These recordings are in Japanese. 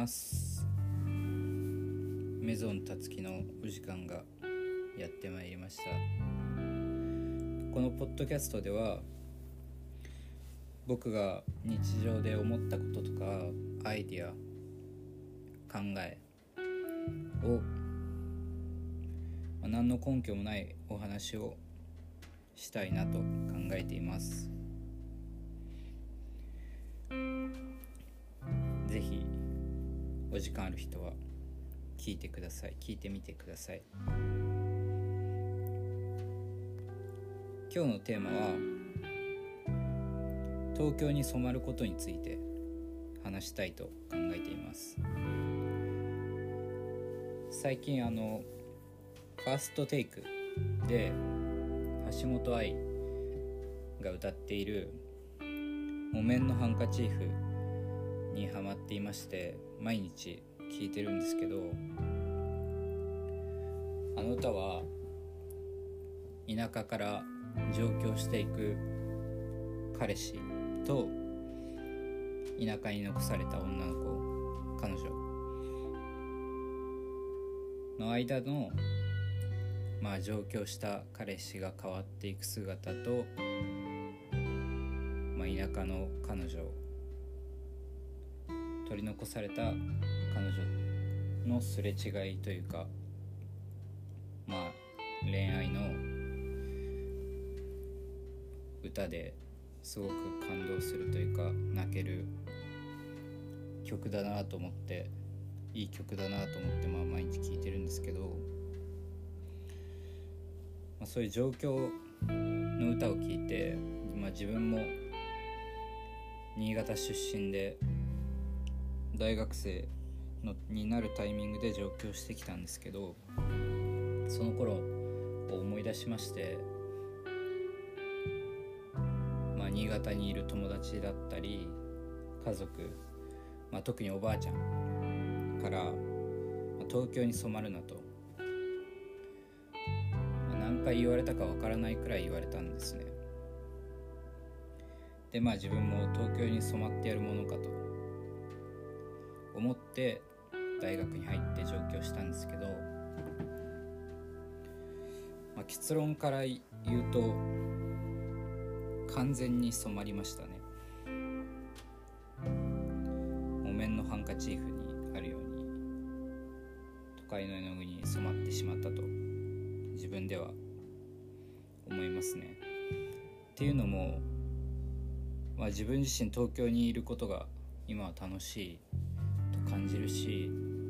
ます。メゾンたつきのお時間がやってまいりました。このポッドキャストでは僕が日常で思ったこととかアイディア、考えを、何の根拠もないお話をしたいなと考えています。ぜひお時間ある人は聞いてみてください。今日のテーマは東京に染まることについて話したいと考えています。最近ファーストテイクで橋本愛が歌っている木綿のハンカチーフにハマっていまして、毎日聴いてるんですけど、あの歌は田舎から上京していく彼氏と田舎に残された女の子、彼女の間の上京した彼氏が変わっていく姿と、田舎の彼女、取り残された彼女のすれ違いというか、恋愛の歌ですごく感動するというか泣ける曲だなと思って、いい曲だなと思って毎日聴いてるんですけど、そういう状況の歌を聴いて、自分も新潟出身で大学生になるタイミングで上京してきたんですけど、その頃を思い出しまして、新潟にいる友達だったり家族、特におばあちゃんから東京に染まるなと、何回言われたかわからないくらい言われたんですね。で自分も東京に染まってやるものかと思って大学に入って上京したんですけど、結論から言うと完全に染まりましたね。木綿のハンカチーフにあるように都会の絵の具に染まってしまったと自分では思いますね。っていうのも、自分自身東京にいることが今は楽しいと感じるし、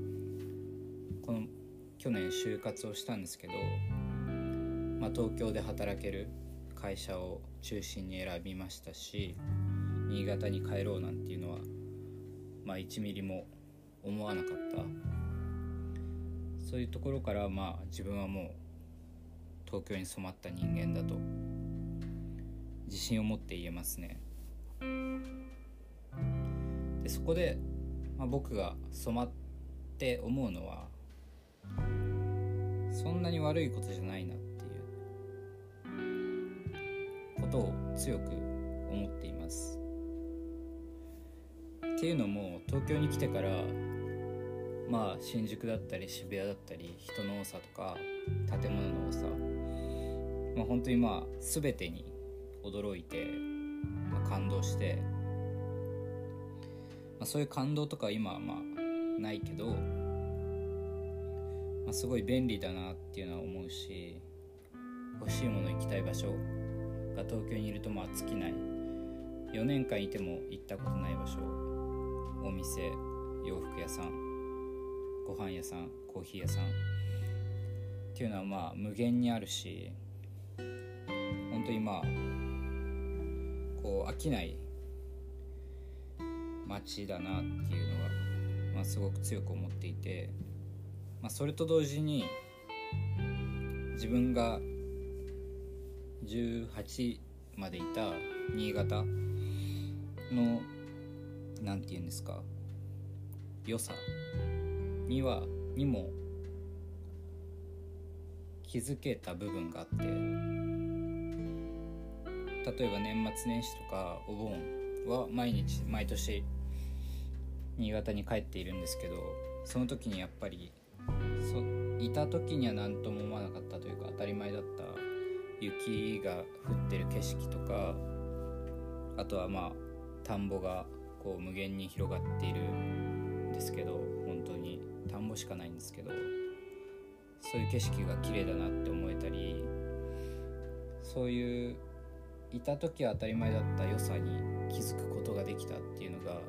去年就活をしたんですけど、東京で働ける会社を中心に選びましたし、新潟に帰ろうなんていうのは1ミリも思わなかった。そういうところから自分はもう東京に染まった人間だと自信を持って言えますね。でそこで、僕が染まって思うのは、そんなに悪いことじゃないなっていうことを強く思っています。っていうのも、東京に来てから新宿だったり渋谷だったり人の多さとか建物の多さ、本当に全てに驚いて、感動して、そういう感動とか今はないけど、すごい便利だなっていうのは思うし、欲しいもの行きたい場所が東京にいると尽きない。4年間いても行ったことない場所、お店、洋服屋さん、ご飯屋さん、コーヒー屋さんっていうのは無限にあるし、本当に飽きない街だなっていうのは、すごく強く思っていて、それと同時に自分が18までいた新潟のなんていうんですか、良さにも気づけた部分があって、例えば年末年始とかお盆は毎年新潟に帰っているんですけど、その時にやっぱりいた時には何とも思わなかったというか、当たり前だった雪が降ってる景色とか、あとは田んぼがこう無限に広がっているんですけど、本当に田んぼしかないんですけど、そういう景色が綺麗だなって思えたり、そういういた時は当たり前だった良さに気づくことができたっていうのが、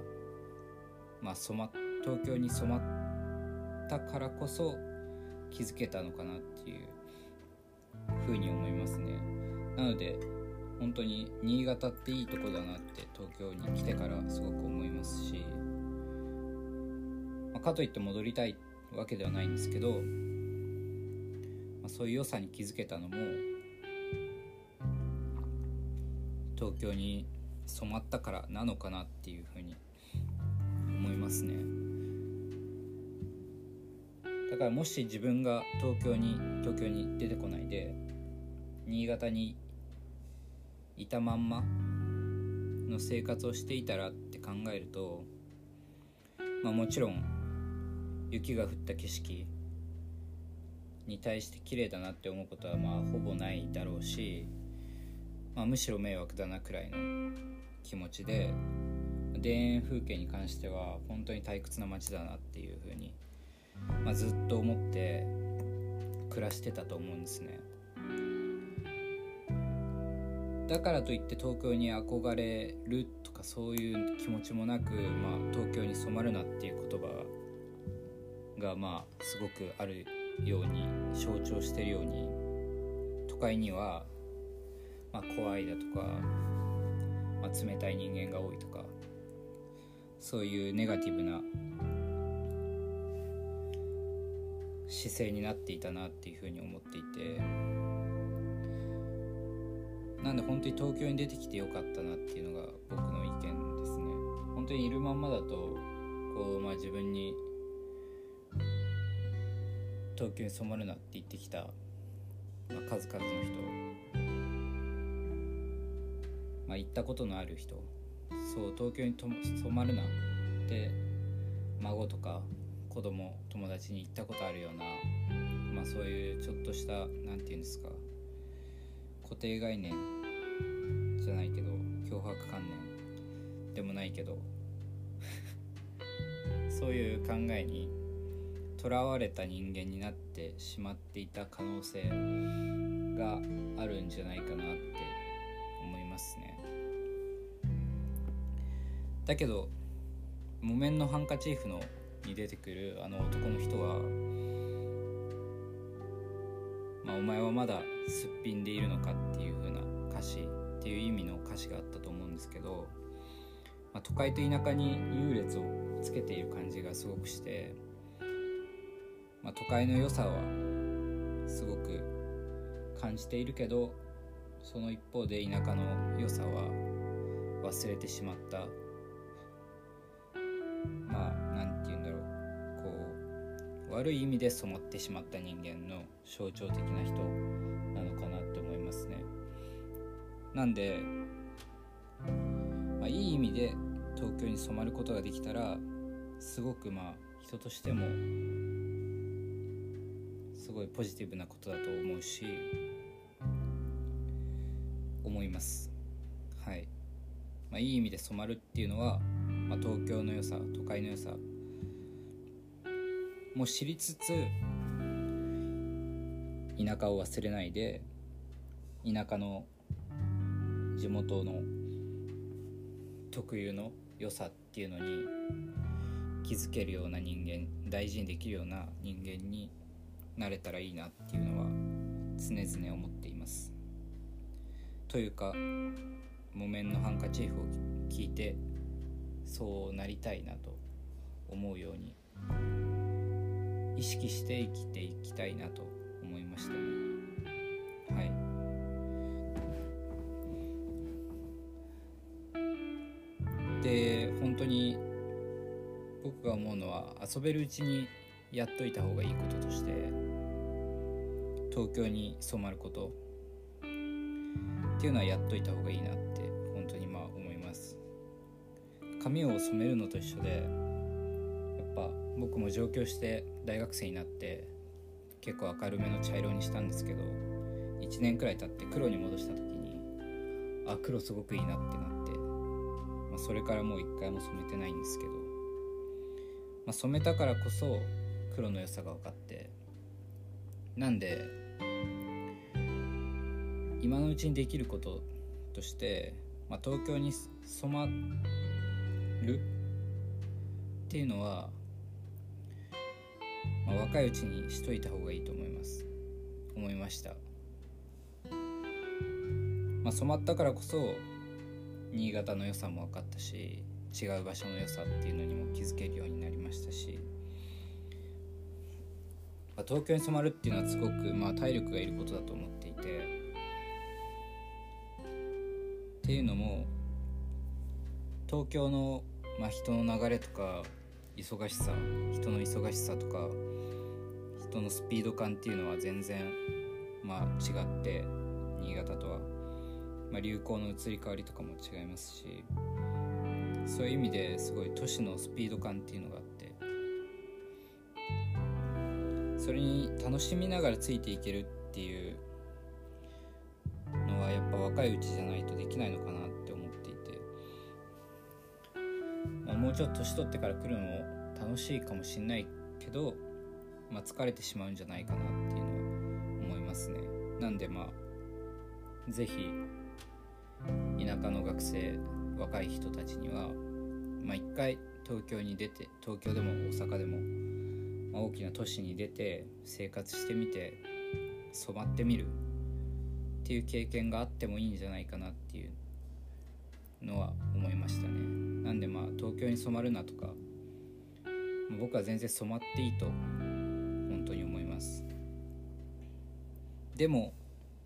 東京に染まったからこそ気づけたのかなっていうふうに思いますね。なので本当に新潟っていいとこだなって東京に来てからすごく思いますし、かといって戻りたいわけではないんですけど、そういう良さに気づけたのも東京に染まったからなのかなっていうふうに思いますね。だからもし自分が東京に出てこないで新潟にいたまんまの生活をしていたらって考えると、もちろん雪が降った景色に対して綺麗だなって思うことはほぼないだろうし、むしろ迷惑だなくらいの気持ちで、田園風景に関しては本当に退屈な街だなっていう風に、ずっと思って暮らしてたと思うんですね。だからといって東京に憧れるとかそういう気持ちもなく、東京に染まるなっていう言葉がすごくあるように象徴しているように、都会には怖いだとか、冷たい人間が多いとか、そういうネガティブな姿勢になっていたなっていうふうに思っていて、なんで本当に東京に出てきてよかったなっていうのが僕の意見ですね。本当にいるまんまだと自分に東京に染まるなって言ってきた、数々の人、行ったことのある人、そう東京に染まるなって孫とか子供友達に言ったことあるような、そういうちょっとしたなんていうんですか、固定概念じゃないけど強迫観念でもないけどそういう考えにとらわれた人間になってしまっていた可能性があるんじゃないかなって思いますね。だけど木綿のハンカチーフに出てくる男の人は、お前はまだすっぴんでいるのかっていう風な歌詞っていう意味の歌詞があったと思うんですけど、都会と田舎に優劣をつけている感じがすごくして、都会の良さはすごく感じているけど、その一方で田舎の良さは忘れてしまった、なんて言うんだろう、悪い意味で染まってしまった人間の象徴的な人なのかなって思いますね。なんで、いい意味で東京に染まることができたら、すごく人としてもすごいポジティブなことだと思うし、思います。はい。いい意味で染まるっていうのは、東京の良さ、都会の良さも知りつつ、田舎を忘れないで、田舎の地元の特有の良さっていうのに気づけるような人間、大事にできるような人間になれたらいいなっていうのは常々思っています。というか、木綿のハンカチーフを聞いてそうなりたいなと思うように意識して生きていきたいなと思いましたね。はい。で、本当に僕が思うのは、遊べるうちにやっといた方がいいこととして、東京に染まることっていうのはやっといた方がいいなって本当に思います。髪を染めるのと一緒で、 僕も上京して大学生になって結構明るめの茶色にしたんですけど、1年くらい経って黒に戻した時に黒すごくいいなってなって、それからもう一回も染めてないんですけど、染めたからこそ黒の良さが分かって、なんで今のうちにできることとして、東京に染まるっていうのは、若いうちにしといた方がいいと思いました。染まったからこそ新潟の良さも分かったし、違う場所の良さっていうのにも気づけるようになりましたし、東京に染まるっていうのはすごく体力がいることだと思っていて、っていうのも東京の、人の流れとか人の忙しさとか人のスピード感っていうのは全然違って新潟とは、流行の移り変わりとかも違いますし、そういう意味ですごい都市のスピード感っていうのがあって、それに楽しみながらついていけるっていうのはやっぱ若いうちじゃないとできないのかなって思っていて、もうちょっと年取ってから来るのも楽しいかもしれないけど、疲れてしまうんじゃないかなっていうのを思いますね。なんでぜひ田舎の学生、若い人たちには一回東京に出て、東京でも大阪でも、大きな都市に出て生活してみて染まってみるっていう経験があってもいいんじゃないかなっていうのは思いましたね。なんで東京に染まるなとか、僕は全然染まっていいと本当に思います。でも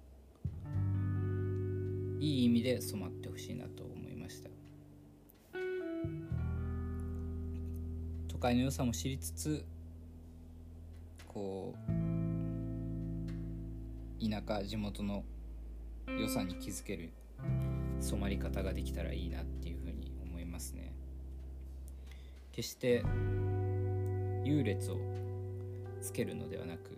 いい意味で染まってほしいなと思いました。都会の良さも知りつつ、田舎、地元の良さに気づける染まり方ができたらいいなっていうふうに思いますね。決して優劣をつけるのではなく、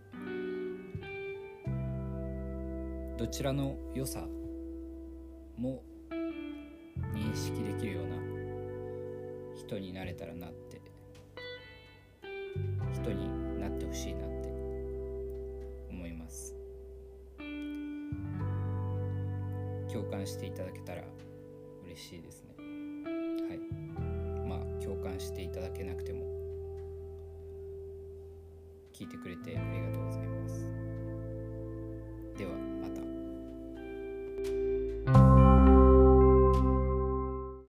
どちらの良さも認識できるような人になれたらなって、人になってほしいなって思います。共感していただけたら嬉しいですね。はい。共感していただけなくても聞いてくれてありがとうございます。